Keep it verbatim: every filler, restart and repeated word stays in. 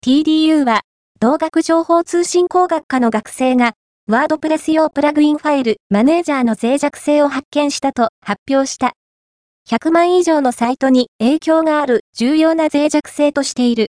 ティーディーユー は、動学情報通信工学科の学生が、ワードプレス用プラグインファイルマネージャーの脆弱性を発見したと発表した。ひゃくまん以上のサイトに影響がある重要な脆弱性としている。